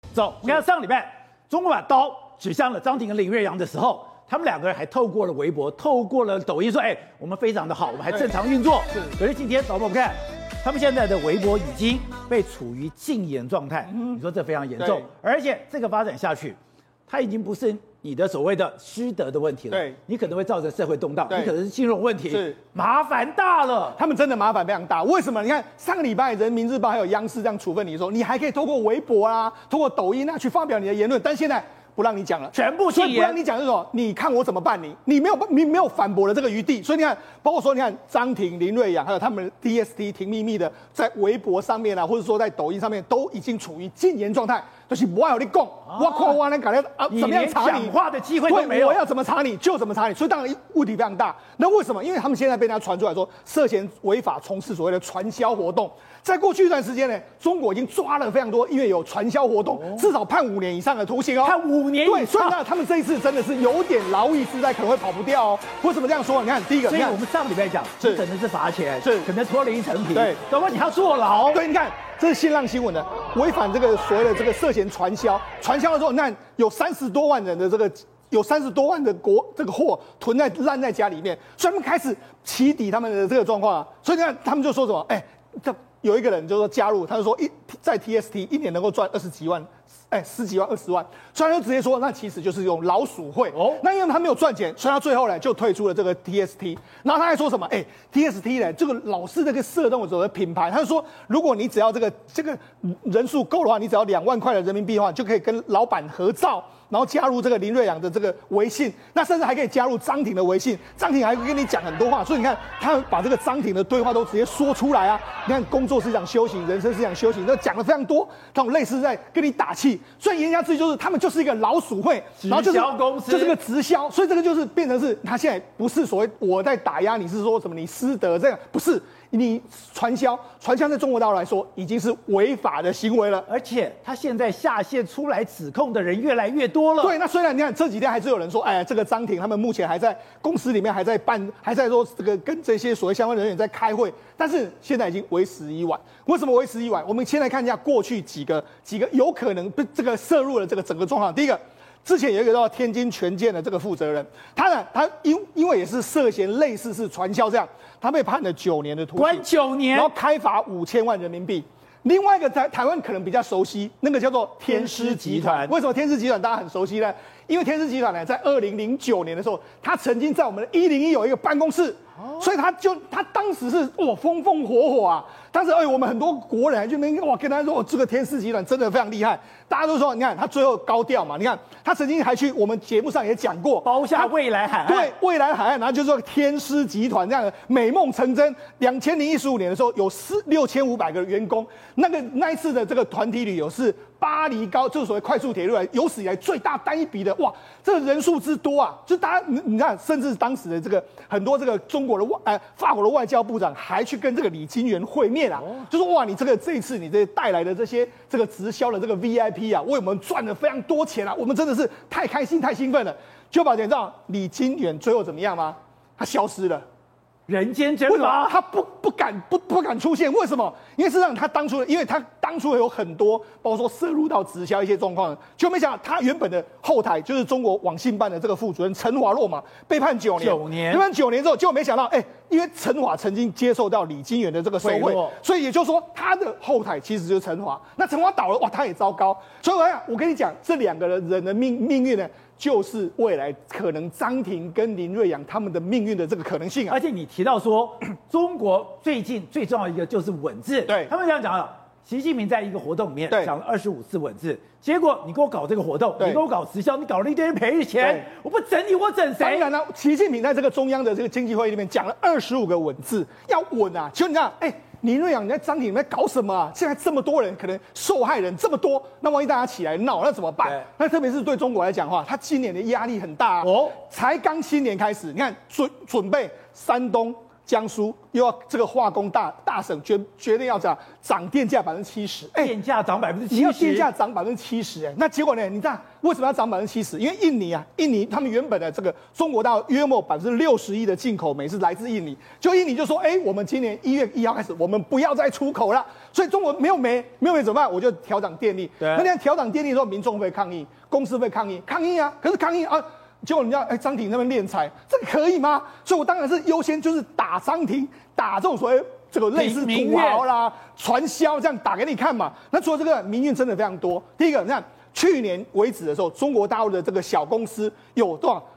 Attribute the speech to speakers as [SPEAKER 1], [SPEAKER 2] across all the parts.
[SPEAKER 1] 走，你看上礼拜中国把刀指向了张庭跟林瑞阳的时候，他们两个人还透过了微博，透过了抖音说，我们非常的好，我们还正常运作。可是今天老婆看，他们现在的微博已经被处于禁言状态，你说这非常严重，而且这个发展下去，它已经不是你的所谓的师德的问题了，
[SPEAKER 2] 对，
[SPEAKER 1] 你可能会造成社会动荡，你可能是金融问题，
[SPEAKER 2] 是
[SPEAKER 1] 麻烦大了。
[SPEAKER 2] 他们真的麻烦非常大，为什么？你看上个礼拜人民日报还有央视这样处分你的时候，你还可以透过微博啊，透过抖音啊去发表你的言论，但现在不让你讲了，
[SPEAKER 1] 全部禁言，
[SPEAKER 2] 不让你讲是什么？你看我怎么办你？你没有反驳的这个余地，所以你看，包括说你看张庭、林瑞阳，还有他们 DST 停秘密的，在微博上面啊，或者说在抖音上面，都已经处于禁言状态，就是不爱有你讲，我看我能搞怎么样查你，
[SPEAKER 1] 讲话的机会都没有，
[SPEAKER 2] 我要怎么查你就怎么查你，所以当然问题非常大。那为什么？因为他们现在被人家传出来说涉嫌违法从事所谓的传销活动。在过去一段时间呢，中国已经抓了非常多，因为有传销活动，至少判5年以上的徒刑哦。
[SPEAKER 1] 判5年以上。
[SPEAKER 2] 对，所以呢，他们这一次真的是有点劳役之灾，可能会跑不掉哦。为什么这样说？你看，第一个，
[SPEAKER 1] 所以我们上个礼拜讲，可能是罚钱，
[SPEAKER 2] 是
[SPEAKER 1] 可能脱了一层皮，
[SPEAKER 2] 对，
[SPEAKER 1] 包括你要坐牢。
[SPEAKER 2] 对，你看，这是新浪新闻的，违反这个所谓的这个涉嫌传销的时候，那有30多万人的这个。有30多万的这个货烂在家里面，所以他们开始起底他们的这个状况啊。所以你看，他们就说什么？这有一个人就说加入，他就说在 TST 一年能够赚20几万，10几万、20万，所以他就直接说，那其实就是用老鼠会。那因为他没有赚钱，所以他最后呢就退出了这个 TST。然后他还说什么？TST 呢，这个老是这个涉动者的品牌，他就说，如果你只要这个人数够的话，你只要2万块的人民币的话，就可以跟老板合照。然后加入这个林瑞阳的这个微信，那甚至还可以加入张庭的微信，张庭还会跟你讲很多话，所以你看他们把这个张庭的对话都直接说出来啊。你看工作是讲修行，人生是讲修行，都讲了非常多，这种类似在跟你打气。所以言下之意就是他们就是一个老鼠会，然后
[SPEAKER 1] 直销公司，
[SPEAKER 2] 就是个直销，所以这个就是变成是他现在不是所谓我在打压你，是说什么你师德这样，不是。你传销在中国大陆来说已经是违法的行为了，
[SPEAKER 1] 而且他现在下线出来指控的人越来越多了。
[SPEAKER 2] 对，那虽然你看这几天还是有人说，这个张庭他们目前还在公司里面还在说这个跟这些所谓相关人员在开会，但是现在已经为时已晚。为什么为时已晚？我们先来看一下过去几个有可能这个涉入了这个整个状况。第一个。之前有一个叫天津权健的这个负责人，他因为也是涉嫌类似是传销这样，他被判了9年的徒刑，
[SPEAKER 1] 关9年，
[SPEAKER 2] 然后开罚5000万人民币。另外一个在台湾可能比较熟悉，那个叫做天狮集团。为什么天狮集团大家很熟悉呢？因为天狮集团呢，在2009年的时候，他曾经在我们的101有一个办公室，所以他当时是风风火火啊。当时我们很多国人还去那边跟他说，这个天狮集团真的非常厉害。大家都说，你看他最后高调嘛，你看他曾经还去我们节目上也讲过，
[SPEAKER 1] 包下未来海岸，
[SPEAKER 2] 对未来海岸，然后就说天狮集团这样的美梦成真。2015年的时候有6500个员工，那一次的这个团体旅游是巴黎就是所谓快速铁路有史以来最大单一笔的，哇，这个人数之多啊！就大家你看，甚至当时的这个很多这个中国的法国的外交部长还去跟这个李金元会面啊，就说哇，你这一次你这带来的这些这个直销的这个 VIP 啊，为我们赚了非常多钱啊，我们真的是太开心太兴奋了。就把你知道李金元最后怎么样吗？他消失了。
[SPEAKER 1] 人间蒸发，
[SPEAKER 2] 他不敢出现，为什么？因为事实上他当初有很多，包括说涉入到直销一些状况，就没想到他原本的后台就是中国网信办的这个副主任陈华洛嘛，被判9年，被判9年之后，结果没想到，因为陈华曾经接受到李金元的这个收贿，所以也就是说他的后台其实就是陈华。那陈华倒了，哇，他也糟糕。所以我跟你讲，这2个人的命运呢？就是未来可能张庭跟林瑞阳他们的命运的这个可能性啊！
[SPEAKER 1] 而且你提到说，中国最近最重要一个就是稳字，
[SPEAKER 2] 对
[SPEAKER 1] 他们这样讲了。习近平在一个活动里面讲了25次稳字，结果你给我搞这个活动，你给我搞直销，你搞了一堆人赔钱，我不整你，我整谁？
[SPEAKER 2] 当然了，习近平在这个中央的这个经济会议里面讲了25个稳字，要稳啊！就你知道，林瑞阳，你在张庭你在搞什么啊？现在这么多人，可能受害人这么多，那万一大家起来闹，那怎么办？那特别是对中国来讲的话，他今年的压力很大啊。才刚新年开始，你看准备山东、 江苏又要这个化工大省决定要涨电价70%，
[SPEAKER 1] 电价涨70%，
[SPEAKER 2] 你要电价涨70%，那结果呢？你知道为什么要涨70%？因为印尼他们原本的这个中国大陆约莫61%的进口煤是来自印尼，就印尼就说，我们今年1月1号开始，我们不要再出口了，所以中国没有煤怎么办？我就调涨电力。那这样调涨电力的时候，民众会不会抗议？公司会抗议啊？可是抗议啊！结果人家张挺那边敛财，这个可以吗？所以我当然是优先就是打张挺，打这种所谓这个类似土豪啦、传销这样打给你看嘛。那除了这个民怨真的非常多。第一个，你看去年为止的时候，中国大陆的这个小公司有多少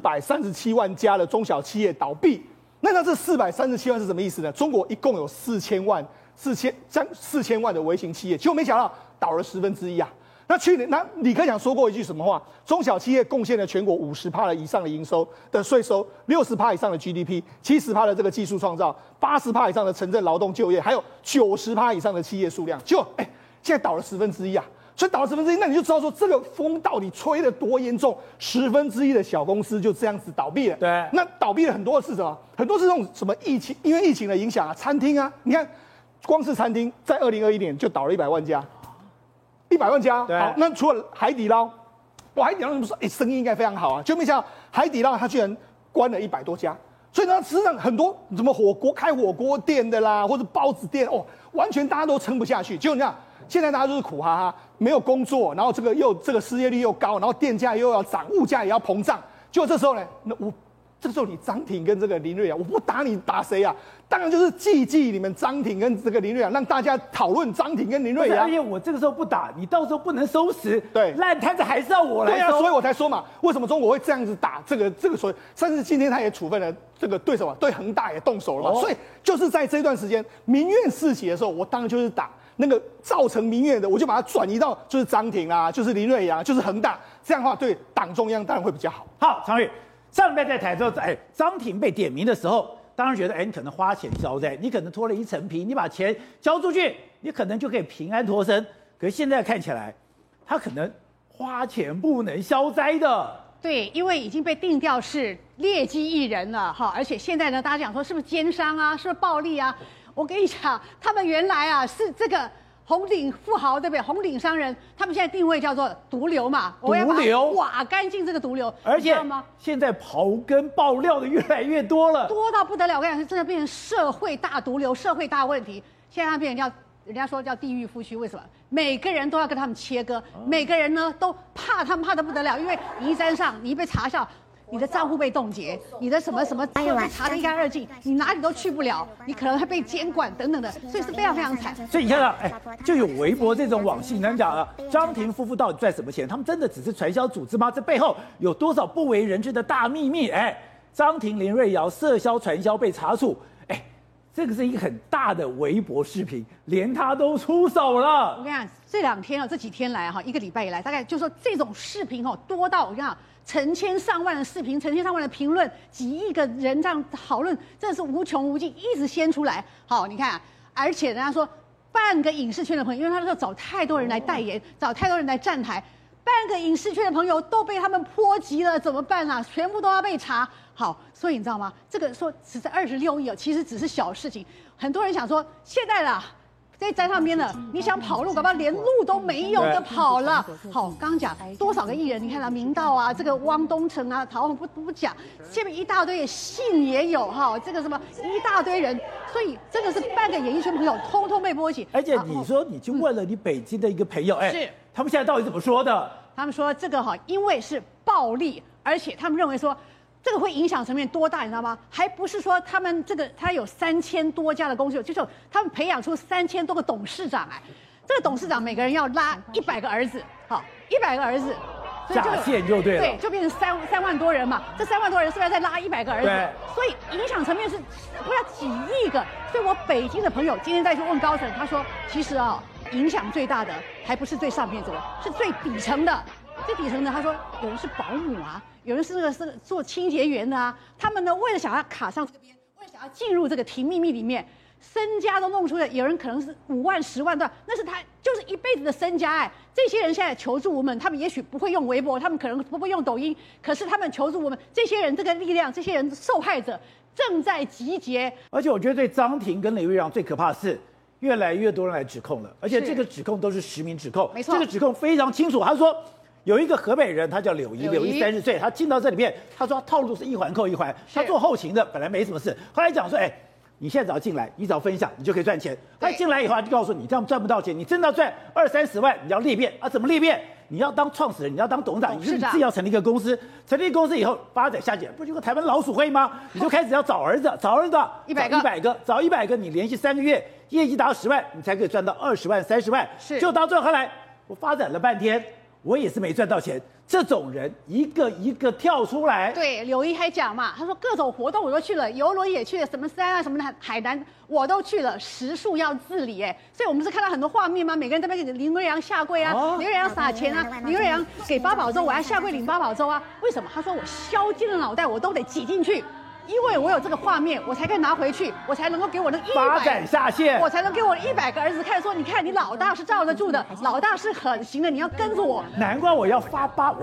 [SPEAKER 2] ？437万家的中小企业倒闭。那这437万是什么意思呢？中国一共有4000万的微型企业，结果没想到倒了1/10啊。那去年，李克强说过一句什么话？中小企业贡献了全国50%以上的营收的税收，60%以上的 GDP，70% 的这个技术创造，80%以上的城镇劳动就业，还有90%以上的企业数量。结果，现在倒了1/10啊！所以倒了1/10，那你就知道说这个风到底吹得多严重。1/10的小公司就这样子倒闭了。
[SPEAKER 1] 对，
[SPEAKER 2] 那倒闭了很多是什么？很多是这种什么疫情，因为疫情的影响啊，餐厅啊，你看，光是餐厅在2021年就倒了100万家。100万家，好，那除了海底捞，海底捞怎么说？生意应该非常好啊，就没想到海底捞它居然关了100多家，所以呢，事实上很多什么开火锅店的啦，或者包子店，完全大家都撑不下去。结果你看，现在大家就是苦哈哈，没有工作，然后这个失业率又高，然后电价又要涨，物价也要膨胀。结果这时候呢，这时候你张挺跟这个林瑞阳，我不打你打谁啊？当然就是祭你们张挺跟这个林瑞阳，让大家讨论张挺跟林瑞阳。
[SPEAKER 1] 而且我这个时候不打，你到时候不能收拾，
[SPEAKER 2] 对，
[SPEAKER 1] 烂摊子还是要我来收。
[SPEAKER 2] 对啊，所以我才说嘛，为什么中国会这样子打这个所谓，甚至今天他也处分了这个对什么？对恒大也动手了嘛。所以就是在这段时间民怨四起的时候，我当然就是打那个造成民怨的，我就把它转移到就是张挺啊，就是林瑞阳，就是恒大，这样的话对党中央当然会比较好。
[SPEAKER 1] 好，常宇。上礼拜在台之后，张挺被点名的时候，当然觉得，你可能花钱消灾，你可能脱了一层皮，你把钱交出去，你可能就可以平安脱身。可是现在看起来，他可能花钱不能消灾的。
[SPEAKER 3] 对，因为已经被定调是劣迹艺人了哈，而且现在呢，大家讲说是不是奸商啊，是不是暴力啊？我跟你讲，他们原来啊是这个。红顶富豪对不对？红顶商人，他们现在定位叫做毒瘤嘛，
[SPEAKER 1] 毒瘤
[SPEAKER 3] 挖干净这个毒瘤，
[SPEAKER 1] 而且现在刨根爆料的越来越多了，
[SPEAKER 3] 多到不得了。我跟你讲，真的变成社会大毒瘤、社会大问题。现在他变成人家说叫地狱夫婿，为什么？每个人都要跟他们切割，每个人呢都怕他们怕得不得了，因为你一沾上，你一被查下。你的账户被冻结，你的什么被查得一干二净，你哪里都去不了，你可能还被监管等等的，所以是非常非常惨。
[SPEAKER 1] 所以你看到，就有微博这种网信，他们讲了，张挺夫妇到底赚什么钱？他们真的只是传销组织吗？这背后有多少不为人知的大秘密？张挺、林瑞瑶涉销传销被查处，这个是一个很大的微博视频，连他都出手了。
[SPEAKER 3] 我跟你讲，这几天来哈，1个礼拜以来，大概就说这种视频多到我跟你讲。成千上万的视频，成千上万的评论，几亿个人这样讨论，真的是无穷无尽，一直掀出来。好，你看，而且人家说，半个影视圈的朋友，因为他那时候找太多人来代言，找太多人来站台，半个影视圈的朋友都被他们波及了，怎么办啊？全部都要被查。好，所以你知道吗？这个说只是26亿其实只是小事情。很多人想说，现在啦。在站上边了，你想跑路，搞不好连路都没有的跑了。好，刚刚讲多少个艺人，你看明道啊，这个汪东城啊，陶虹不讲，下面一大堆信也有哈，这个什么一大堆人，所以真的是半个演艺圈朋友通通被波及。
[SPEAKER 1] 而且你说你去问了你北京的一个朋友，
[SPEAKER 3] 是
[SPEAKER 1] 他们现在到底怎么说的？
[SPEAKER 3] 他们说这个因为是暴力，而且他们认为说。这个会影响层面多大，你知道吗？还不是说他们他有3000多家的公司，就是他们培养出3000多个董事长这个董事长每个人要拉100个儿子，好，100个儿子，
[SPEAKER 1] 下线就对了，
[SPEAKER 3] 对，就变成3万多人嘛。这3万多人是不是再拉100个儿子？所以影响层面是不要几亿个。所以我北京的朋友今天再去问高层，他说其实影响最大的还不是最上面这个，是最底层的。最底层的，他说有人是保姆啊，有人是做清洁员的啊，他们呢为了想要卡上这边，为了想要进入这个停秘密里面， 身家都弄出来，有人可能是5万、10万的，那是他就是一辈子的身家哎。这些人现在求助无门，他们也许不会用微博，他们可能不会用抖音，可是他们求助无门。这些人这个力量，这些人受害者正在集结。
[SPEAKER 1] 而且我觉得对张庭跟林瑞阳最可怕的是，越来越多人来指控了，而且这个指控都是实名指控，
[SPEAKER 3] 没错，
[SPEAKER 1] 这个指控非常清楚。他说有一个河北人，他叫柳姨，30岁，他进到这里面，他说他套路是一环扣一环，他做后勤的本来没什么事，后来讲说，哎。你现在只要进来，你只要分享，你就可以赚钱。他进来以后，他就告诉你，这样赚不到钱，你真的要赚20-30万，你要裂变啊？怎么裂变？你要当创始人，你要当董事长，你自己要成立一个公司，成立公司以后发展下去，不就跟台湾老鼠会吗？你就开始要找儿子，100个，找100个，你连续3个月业绩达到10万，你才可以赚到20万、30万。
[SPEAKER 3] 是，
[SPEAKER 1] 就到最后后来，我发展了半天，我也是没赚到钱。这种人一个一个跳出来，
[SPEAKER 3] 对，柳姨还讲嘛，他说各种活动我都去了，游轮也去了，什么山啊，什么海南我都去了，食宿要自理哎，所以我们是看到很多画面嘛，每个人在那边给林瑞阳下跪啊，林瑞阳撒钱啊，林瑞阳给八宝粥，我要下跪领八宝粥啊，为什么？他说我削尖了脑袋我都得挤进去。因为我有这个画面，我才可以拿回去，我才能够给我的
[SPEAKER 1] 发展下线，
[SPEAKER 3] 我才能给我的100个儿子看，说你看你老大是罩得住的，老大是狠行的，你要跟着我。
[SPEAKER 1] 难怪我要花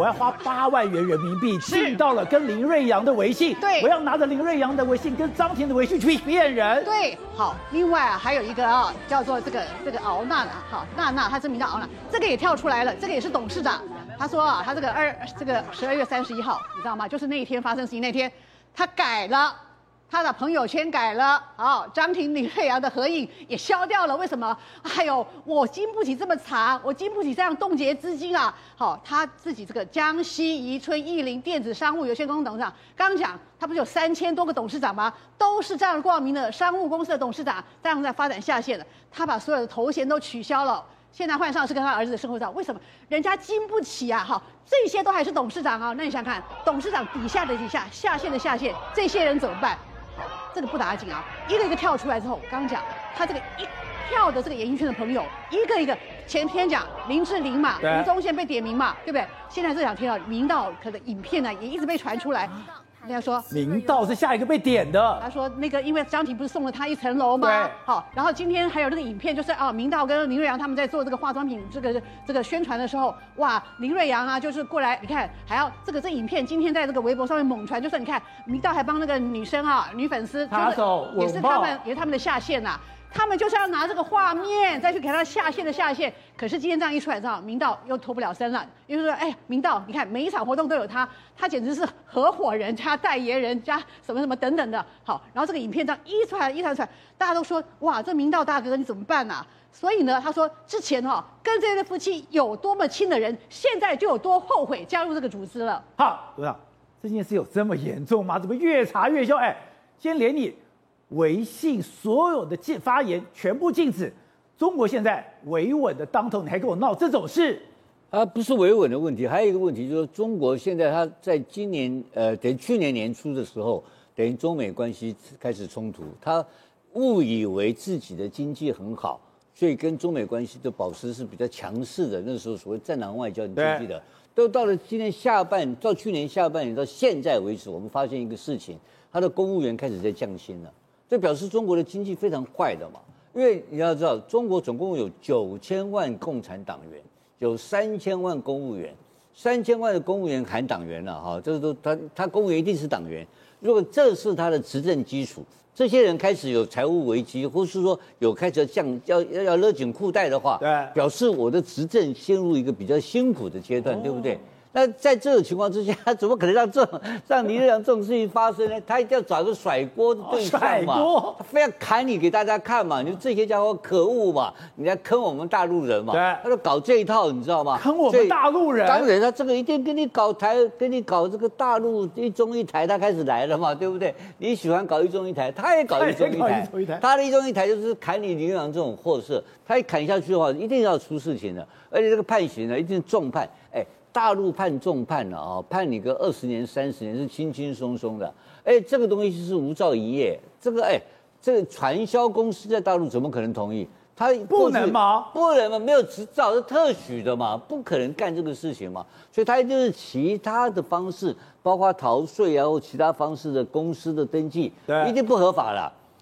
[SPEAKER 1] 8万元人民币进到了跟林瑞阳的微信，
[SPEAKER 3] 对，
[SPEAKER 1] 我要拿着林瑞阳的微信跟张庭的微信去骗人。
[SPEAKER 3] 对，好，另外还有一个叫做这个敖娜娜，好，娜她真名叫敖娜，这个也跳出来了，这个也是董事长，他说他这个12月31号，你知道吗？就是那一天发生事情那天。他改了，他的朋友圈改了，张庭、林瑞阳的合影也消掉了。为什么？哎呦，我经不起这么查，我经不起这样冻结资金啊！好，他自己这个江西宜春亿麟电子商务有限公司董事长，刚刚讲他不是有3000多个董事长吗？都是这样挂名的商务公司的董事长，这样在发展下线了。他把所有的头衔都取消了。现在换上是跟他儿子的生活照，为什么？人家经不起啊！哈，这些都还是董事长啊。那你想想看，董事长底下的底下，下线的下线，这些人怎么办？这个不打紧啊，一个一个跳出来之后，刚刚讲他这个一票的这个演艺圈的朋友，一个一个，前天讲林志玲嘛，吴宗宪被点名嘛，对不对？现在这2天明道可的影片呢，也一直被传出来。人家说
[SPEAKER 1] 明道是下一个被点的。
[SPEAKER 3] 他说那个因为张庭不是送了他1层楼吗？
[SPEAKER 1] 对。
[SPEAKER 3] 好，然后今天还有那个影片，就是明道跟林瑞阳他们在做这个化妆品这个宣传的时候，哇，林瑞阳啊就是过来，你看还要这影片今天在这个微博上面猛传，就是你看明道还帮那个女生女粉丝，也是他们的下线呐。他们就是要拿这个画面再去给他下线的下线，可是今天这样一出来之后，明道又脱不了身了，因为说，哎，明道，你看每一场活动都有他简直是合伙人加代言人加什么什么等等的。好，然后这个影片这样一传出来，大家都说，哇，这明道大哥你怎么办啊？所以呢，他说之前跟这对夫妻有多么亲的人，现在就有多后悔加入这个组织了。
[SPEAKER 1] 好，董事长，这件事有这么严重吗？怎么越查越凶？哎，今天连你微信所有的发言全部禁止，中国现在维稳的当头，你还跟我闹这种事？
[SPEAKER 4] 不是维稳的问题，还有一个问题就是，中国现在它在今年等于去年年初的时候，等于中美关系开始冲突，他误以为自己的经济很好，所以跟中美关系的保持是比较强势的。那时候所谓战狼外交，你记不记得？都到了今年下半，到去年下半年到现在为止，我们发现一个事情，他的公务员开始在降薪了。这表示中国的经济非常坏的嘛，因为你要知道，中国总共有9000万共产党员，有3000万公务员，3000万的公务员含党员了哈，这个都他公务员一定是党员。如果这是他的执政基础，这些人开始有财务危机，或是说有开始要勒紧裤带的话，
[SPEAKER 1] 对，
[SPEAKER 4] 表示我的执政陷入一个比较辛苦的阶段，对不对？那在这种情况之下，怎么可能让林瑞阳这种事情发生呢？他一定要找个甩锅的对象嘛，他非要砍你给大家看嘛。你说这些家伙可恶嘛，你在坑我们大陆人嘛？
[SPEAKER 1] 对，
[SPEAKER 4] 他就搞这一套，你知道吗？
[SPEAKER 1] 坑我们大陆人。
[SPEAKER 4] 当然，他这个一定跟你搞这个大陆一中一台，他开始来了嘛，对不对？你喜欢搞一中一台，他也搞一中一台，他的一中一台就是砍你林瑞阳这种货色，他一砍下去的话，一定要出事情的，而且这个判刑呢，一定重判，哎。大陆判重判了啊，判你个20年、30年是轻轻松松的。哎，这个东西是无照一业，这个传销公司在大陆怎么可能同意？他
[SPEAKER 1] 不能吗？
[SPEAKER 4] 不能嘛，没有执照是特许的嘛，不可能干这个事情嘛。所以他一定是其他的方式，包括逃税啊或其他方式的公司的登记，一定不合法啦。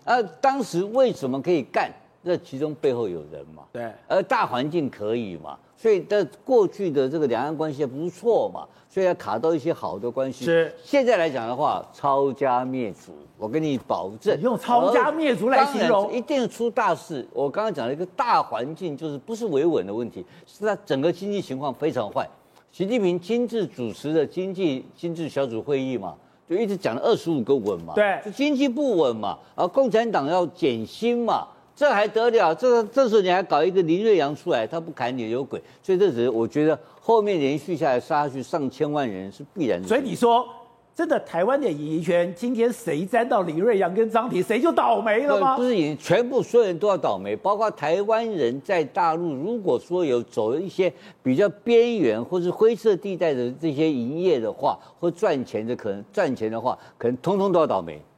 [SPEAKER 4] 当时为什么可以干？这其中背后有人嘛，
[SPEAKER 1] 对，
[SPEAKER 4] 大环境可以嘛，所以在过去的这个两岸关系还不错嘛，所以要卡到一些好的关系。
[SPEAKER 1] 是，
[SPEAKER 4] 现在来讲的话，抄家灭族，我跟你保证，
[SPEAKER 1] 你用抄家灭族来形容，
[SPEAKER 4] 一定出大事。我刚刚讲了一个大环境，就是不是维稳的问题，是它整个经济情况非常坏。习近平亲自主持的经济小组会议嘛。就一直讲了25个稳嘛，
[SPEAKER 1] 对，
[SPEAKER 4] 就经济不稳嘛，共产党要减薪嘛，这还得了？这时候你还搞一个林瑞阳出来，他不砍你有鬼，所以这只是我觉得后面连续下来杀下去上千万人是必然的。
[SPEAKER 1] 所以你说，真的台湾的演艺圈今天谁沾到林瑞阳跟张庭，谁就倒霉了吗？
[SPEAKER 4] 不是，全部所有人都要倒霉，包括台湾人在大陆，如果说有走了一些比较边缘或是灰色地带的这些营业的话，或赚钱的话，可能通通都要倒霉。